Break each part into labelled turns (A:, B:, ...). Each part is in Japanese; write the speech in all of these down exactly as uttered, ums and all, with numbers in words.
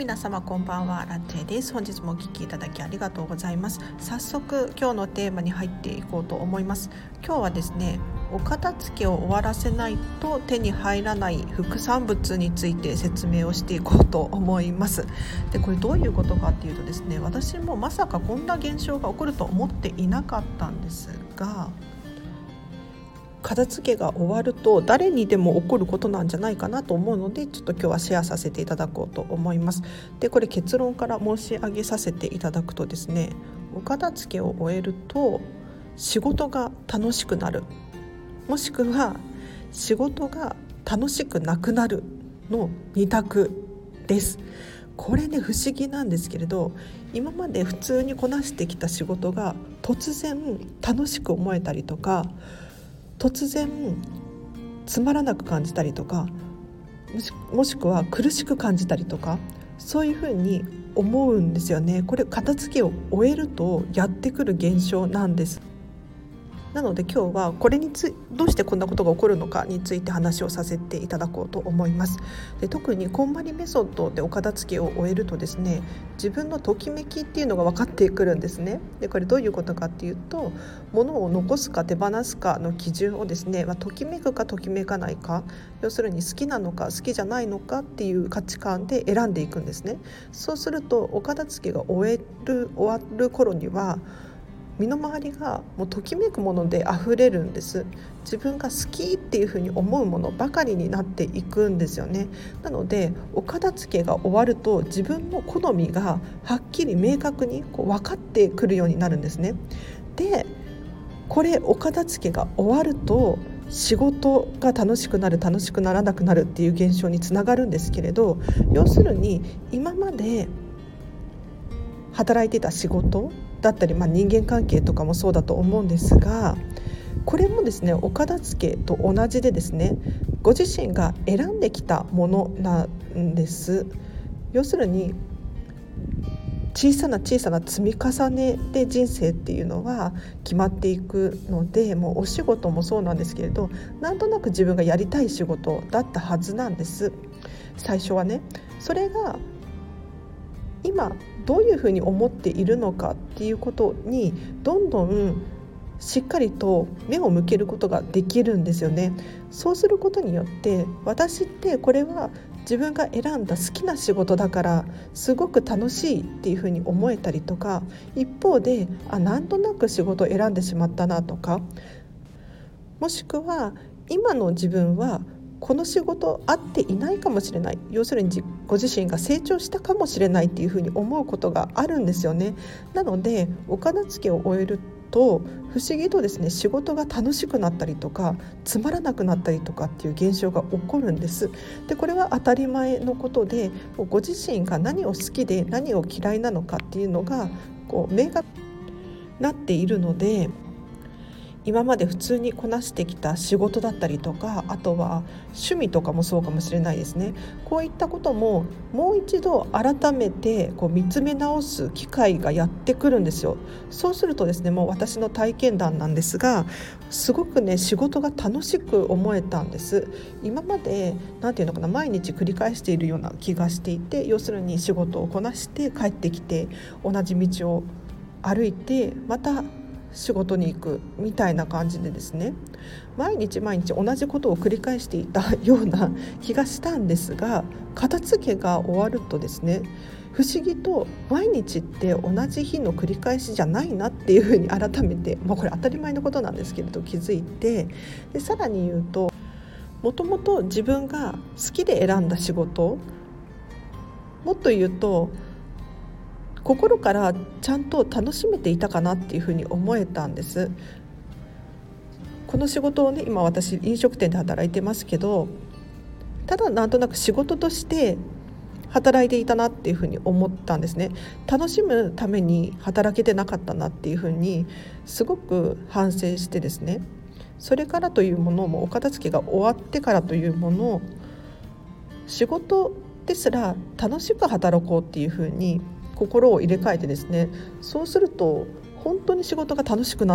A: 皆様こんばんは、ラッチェです。本日もお聞きいただきありがとうございます。早速今日のテーマに入っていこうと思います。今日はですね、お片付けを終わらせないと手に入らない副産物について説明をしていこうと思います。でこれどういうことかっていうとですね、私もまさかこんな現象が起こると思っていなかったんですが、片付けが終わると誰にでも起こることなんじゃないかなと思うので、ちょっと今日はシェアさせていただこうと思います。でこれ結論から申し上げさせていただくとですね、お片付けを終えると仕事が楽しくなる、もしくは仕事が楽しくなくなるの二択です。これね、不思議なんですけれど、今まで普通にこなしてきた仕事が突然楽しく思えたりとか、突然つまらなく感じたりとか、もし、もしくは苦しく感じたりとか、そういうふうに思うんですよね。これ片付けを終えるとやってくる現象なんです。なので今日はこれにつどうしてこんなことが起こるのかについて話をさせていただこうと思います。で特にこんまりメソッドでお片付けを終えるとですね、自分のときめきっていうのが分かってくるんですね。でこれどういうことかっていうと、物を残すか手放すかの基準をですね、まあ、ときめくかときめかないか、要するに好きなのか好きじゃないのかっていう価値観で選んでいくんですね。そうするとお片付けが終える終わる頃には身の回りがもうときめくもので溢れるんです。自分が好きっていうふうに思うものばかりになっていくんですよね。なのでお片付けが終わると自分の好みがはっきり明確にこう分かってくるようになるんですね。でこれお片付けが終わると仕事が楽しくなる楽しくならなくなるっていう現象につながるんですけれど、要するに今まで働いてた仕事だったり、まあ、人間関係とかもそうだと思うんですが、これもですねお片付けと同じでですね、ご自身が選んできたものなんです。要するに小さな小さな積み重ねで人生っていうのは決まっていくので、もうお仕事もそうなんですけれど、なんとなく自分がやりたい仕事だったはずなんです、最初はね。それが今どういうふうに思っているのかっていうことにどんどんしっかりと目を向けることができるんですよね。そうすることによって、私ってこれは自分が選んだ好きな仕事だからすごく楽しいっていうふうに思えたりとか、一方であなんとなく仕事を選んでしまったなとか、もしくは今の自分はこの仕事合っていないかもしれない、要するにご自身が成長したかもしれないっていうふうに思うことがあるんですよね。なのでお片付けを終えると不思議とですね、仕事が楽しくなったりとかつまらなくなったりとかっていう現象が起こるんです。でこれは当たり前のことで、ご自身が何を好きで何を嫌いなのかっていうのがこう明確になっているので、今まで普通にこなしてきた仕事だったりとか、あとは趣味とかもそうかもしれないですね。こういったことももう一度改めてこう見つめ直す機会がやってくるんですよ。そうするとですね、もう私の体験談なんですが、すごくね仕事が楽しく思えたんです。今までなんていうのかな、毎日繰り返しているような気がしていて、要するに仕事をこなして帰ってきて同じ道を歩いてまた仕事に行くみたいな感じでですね、毎日毎日同じことを繰り返していたような気がしたんですが、片付けが終わるとですね、不思議と毎日って同じ日の繰り返しじゃないなっていうふうに改めて、まあ、これ当たり前のことなんですけれど気づいて、でさらに言うと、もともと自分が好きで選んだ仕事、もっと言うと心からちゃんと楽しめていたかなっていうふうに思えたんです。この仕事をね、今私飲食店で働いてますけど、ただなんとなく仕事として働いていたなっていうふうに思ったんですね。楽しむために働けてなかったなっていうふうにすごく反省してですね、それからというものもお片付けが終わってからというもの、仕事ですら楽しく働こうっていうふうに心を入れ替えてですね、そうすると本当に仕事が楽しくなっ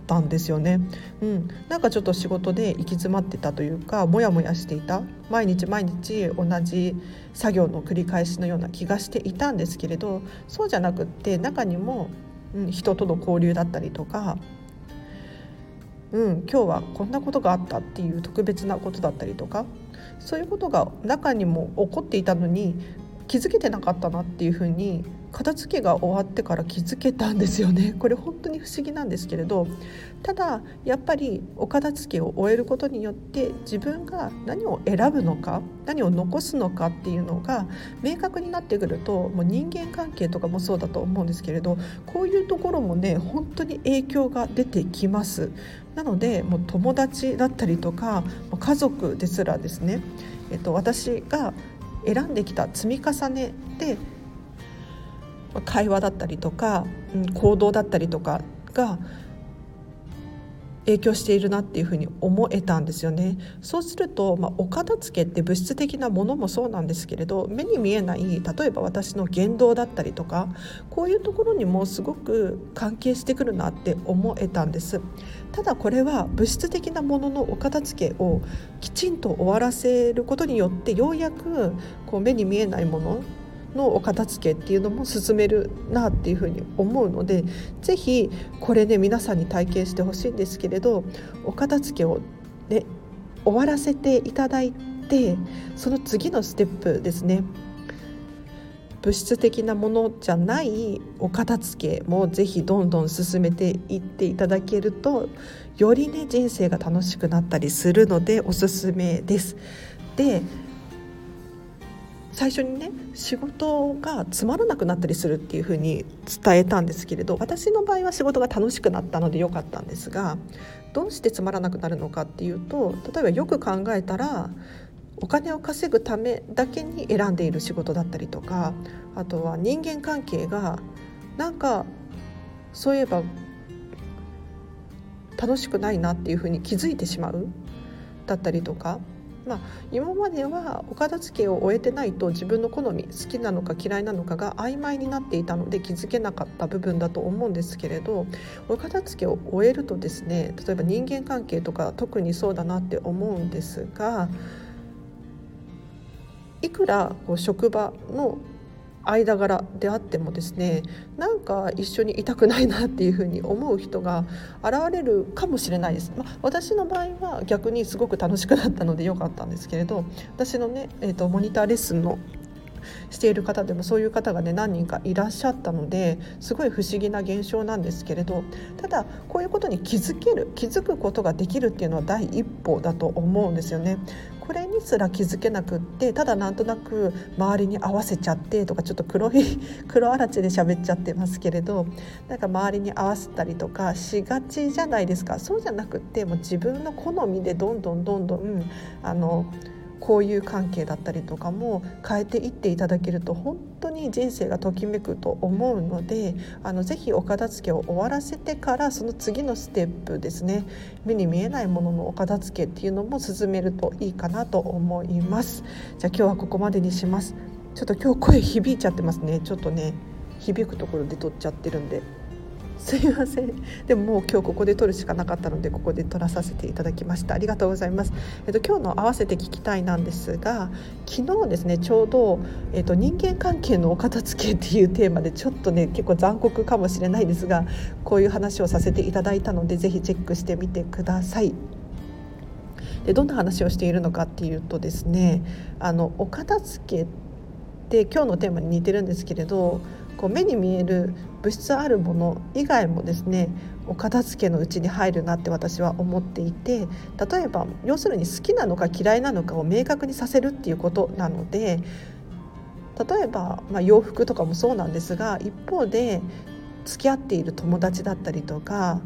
A: ったんですよね、うん、なんかちょっと仕事で行き詰まってたというか、モヤモヤしていた、毎日毎日同じ作業の繰り返しのような気がしていたんですけれど、そうじゃなくって中にも、うん、人との交流だったりとか、うん、今日はこんなことがあったっていう特別なことだったりとか、そういうことが中にも起こっていたのに気づけてなかったなっていうふうに、片付けが終わってから気づけたんですよね。これ本当に不思議なんですけれど、ただやっぱりお片付けを終えることによって自分が何を選ぶのか、何を残すのかっていうのが明確になってくると、もう人間関係とかもそうだと思うんですけれど、こういうところもね本当に影響が出てきます。なのでもう友達だったりとか家族ですらですね、えっと、私が選んできた積み重ねで会話だったりとか、うん、行動だったりとかが影響しているなっていうふうに思えたんですよね。そうすると、まあ、お片付けって物質的なものもそうなんですけれど、目に見えない例えば私の言動だったりとか、こういうところにもすごく関係してくるなって思えたんです。ただこれは物質的なもののお片付けをきちんと終わらせることによって、ようやくこう目に見えないもののお片付けっていうのも進めるなっていうふうに思うので、ぜひこれね皆さんに体験してほしいんですけれど、お片付けを、ね、終わらせていただいて、その次のステップですね、物質的なものじゃないお片付けもぜひどんどん進めていっていただけると、よりね人生が楽しくなったりするのでおすすめです。で最初にね仕事がつまらなくなったりするっていうふうに伝えたんですけれど、私の場合は仕事が楽しくなったので良かったんですが、どうしてつまらなくなるのかっていうと、例えばよく考えたらお金を稼ぐためだけに選んでいる仕事だったりとか、あとは人間関係がなんかそういえば楽しくないなっていうふうに気づいてしまうだったりとか、まあ、今まではお片付けを終えてないと自分の好み、好きなのか嫌いなのかが曖昧になっていたので気づけなかった部分だと思うんですけれど、お片付けを終えるとですね、例えば人間関係とか特にそうだなって思うんですが、いくらこう職場の間柄であってもですね、なんか一緒にいたくないなっていうふうに思う人が現れるかもしれないです、まあ、私の場合は逆にすごく楽しくなったので良かったんですけれど、私のね、えーと、モニターレッスンのしている方でもそういう方がね何人かいらっしゃったので、すごい不思議な現象なんですけれど、ただこういうことに気づける気づくことができるっていうのは第一歩だと思うんですよね。これにすら気づけなくって、ただなんとなく周りに合わせちゃってとか、ちょっと黒い黒あらちで喋っちゃってますけれど、なんか周りに合わせたりとかしがちじゃないですか。そうじゃなくって、もう自分の好みでどんどんどんどんあの交友関係だったりとかも変えていっていただけると本当に人生がときめくと思うので、あのぜひお片付けを終わらせてからその次のステップですね、目に見えないもののお片付けっていうのも進めるといいかなと思います。じゃあ今日はここまでにします。ちょっと今日声響いちゃってますね。ちょっとね響くところで撮っちゃってるんですいません。でももう今日ここで撮るしかなかったのでここで撮らさせていただきました。ありがとうございます。えっと、今日の合わせて聞きたいなんですが、昨日ですねちょうど、えっと、人間関係のお片付けっていうテーマでちょっとね結構残酷かもしれないですが、こういう話をさせていただいたのでぜひチェックしてみてください。でどんな話をしているのかっていうとですね、あのお片付けって今日のテーマに似てるんですけれど、こう目に見える物質あるもの以外もですねお片付けのうちに入るなって私は思っていて、例えば要するに好きなのか嫌いなのかを明確にさせるっていうことなので、例えば、まあ、洋服とかもそうなんですが、一方で付き合っている友達だったりとか、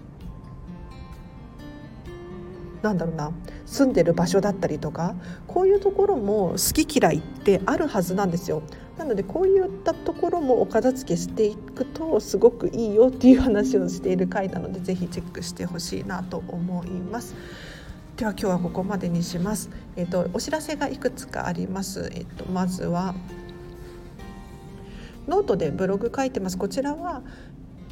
A: なんだろうな住んでる場所だったりとか、こういうところも好き嫌いってあるはずなんですよ。なのでこういったところもお片付けしていくとすごくいいよっていう話をしている回なので、ぜひチェックしてほしいなと思います。では今日はここまでにします。えっと、お知らせがいくつかあります。えっと、まずはノートでブログ書いてます。こちらは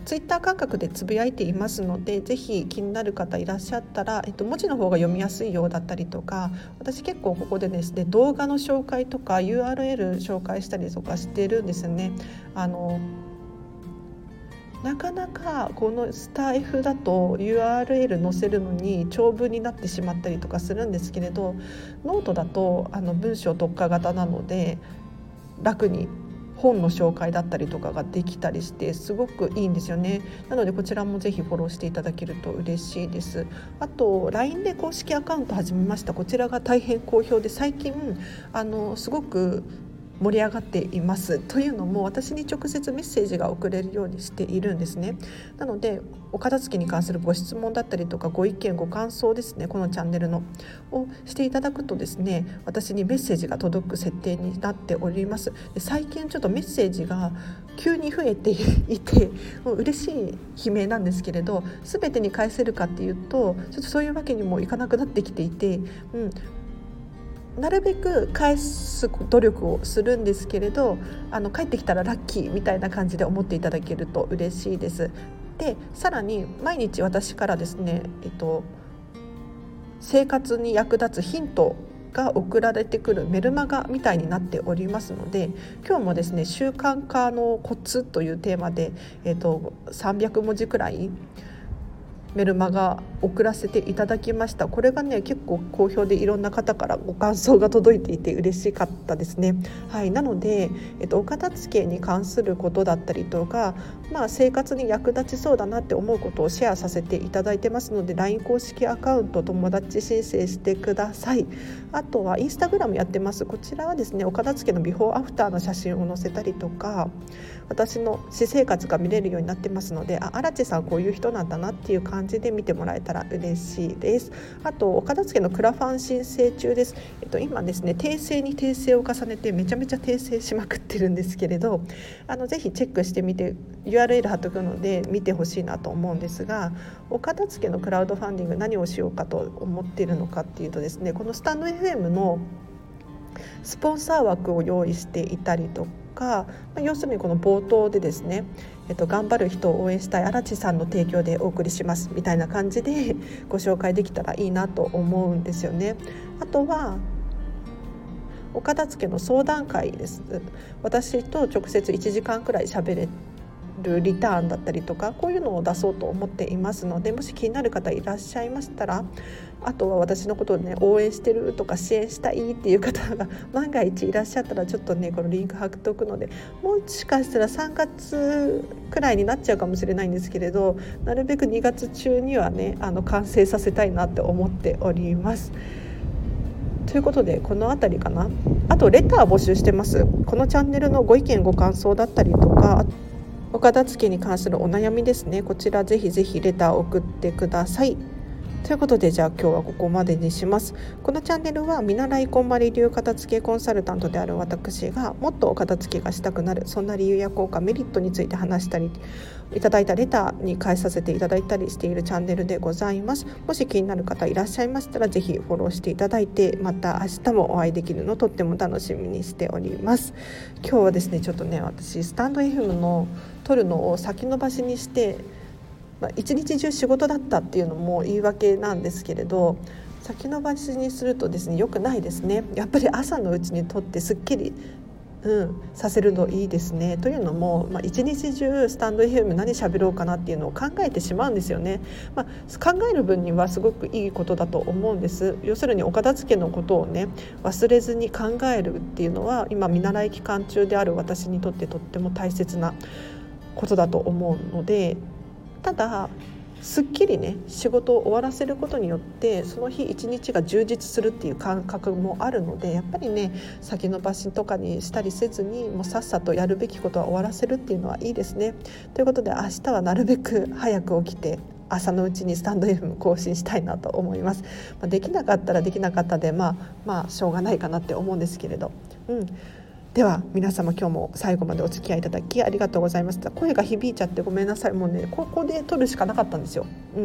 A: ツイッター感覚でつぶやいていますので、ぜひ気になる方いらっしゃったら、えっと、文字の方が読みやすいようだったりとか、私結構ここでですね動画の紹介とか ユーアールエル 紹介したりとかしてるんですよね。あのなかなかこのスタイフだと ユーアールエル 載せるのに長文になってしまったりとかするんですけれど、ノートだとあの文章特化型なので楽に本の紹介だったりとかができたりしてすごくいいんですよね。なのでこちらもぜひフォローしていただけると嬉しいです。あと ライン で公式アカウント始めました。こちらが大変好評で、最近あのすごく盛り上がっています。というのも私に直接メッセージが送れるようにしているんですね。なのでお片付けに関するご質問だったりとかご意見ご感想ですね、このチャンネルのをしていただくとですね、私にメッセージが届く設定になっております。で最近ちょっとメッセージが急に増えていてもう嬉しい悲鳴なんですけれど、全てに返せるかっていうとちょっとそういうわけにもいかなくなってきていて、うんなるべく返す努力をするんですけれど、あの帰ってきたらラッキーみたいな感じで思っていただけると嬉しいです。でさらに毎日私からですね、えっと、生活に役立つヒントが送られてくるメルマガみたいになっておりますので、今日もですね習慣化のコツというテーマで、えっと、さんびゃくもじくらいメルマガ送らせていただきました。これがね結構好評でいろんな方からご感想が届いていて嬉しかったですね。はい、なので、えっと、お片付けに関することだったりとか、まあ、生活に役立ちそうだなって思うことをシェアさせていただいてますので ライン 公式アカウント友達申請してください。あとはインスタグラムやってます。こちらはですねお片付けのビフォーアフターの写真を載せたりとか、私の私生活が見れるようになってますので、あ、荒地さんこういう人なんだなっていう感じで見てもらえたら嬉しいです。あとお片付けのクラファン申請中です。えっと、今ですね訂正に訂正を重ねてめちゃめちゃ訂正しまくってるんですけれど、あのぜひチェックしてみて ユーアールエル 貼っとくので見てほしいなと思うんですが、お片付けのクラウドファンディング何をしようかと思っているのかっていうとですね、このスタンド エフエム のスポンサー枠を用意していたりとか、要するにこの冒頭でですね、えっと、頑張る人を応援したい荒地さんの提供でお送りしますみたいな感じでご紹介できたらいいなと思うんですよね。あとはお片付けの相談会です。私と直接いちじかんくらい喋れるリターンだったりとか、こういうのを出そうと思っていますので、もし気になる方いらっしゃいましたら、あとは私のことをね応援してるとか支援したいっていう方が万が一いらっしゃったら、ちょっとねこのリンク貼っておくので、もしかしたらさんがつくらいになっちゃうかもしれないんですけれど、なるべくにがつ中にはねあの完成させたいなって思っております。ということでこのあたりかな。あとレター募集してます。このチャンネルのご意見ご感想だったりとか、お片付けに関するお悩みですね、こちらぜひぜひレターを送ってください。ということでじゃあ今日はここまでにします。このチャンネルは見習いこんまり流片付けコンサルタントである私がもっとお片付けがしたくなる、そんな理由や効果メリットについて話したり、いただいたレターに返させていただいたりしているチャンネルでございます。もし気になる方いらっしゃいましたらぜひフォローしていただいて、また明日もお会いできるのをとっても楽しみにしております。今日はですねちょっとね私スタンド エフエム の撮るのを先延ばしにして一日中仕事だったっていうのも言い訳なんですけれど、先延ばしにするとですね良くないですね。やっぱり朝のうちに撮ってすっきり、うん、させるのいいですね。というのも、まあ、一日中スタンド エフエム 何喋ろうかなっていうのを考えてしまうんですよね。まあ、考える分にはすごくいいことだと思うんです。要するにお片付けのことをね忘れずに考えるっていうのは今見習い期間中である私にとってとっても大切なことだと思うので、ただすっきりね仕事を終わらせることによってその日一日が充実するっていう感覚もあるので、やっぱりね先延ばしとかにしたりせずにもうさっさとやるべきことは終わらせるっていうのはいいですね。ということで明日はなるべく早く起きて朝のうちにスタンド エフエム 更新したいなと思います。まあ、できなかったらできなかったでまあまあしょうがないかなって思うんですけれど、うんでは皆様今日も最後までお付き合いいただきありがとうございました。声が響いちゃってごめんなさい。もうねここで撮るしかなかったんですよ、うん、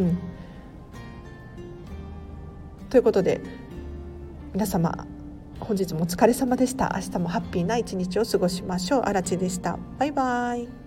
A: ということで皆様本日もお疲れ様でした。明日もハッピーな一日を過ごしましょう。あらちでした。バイバイ。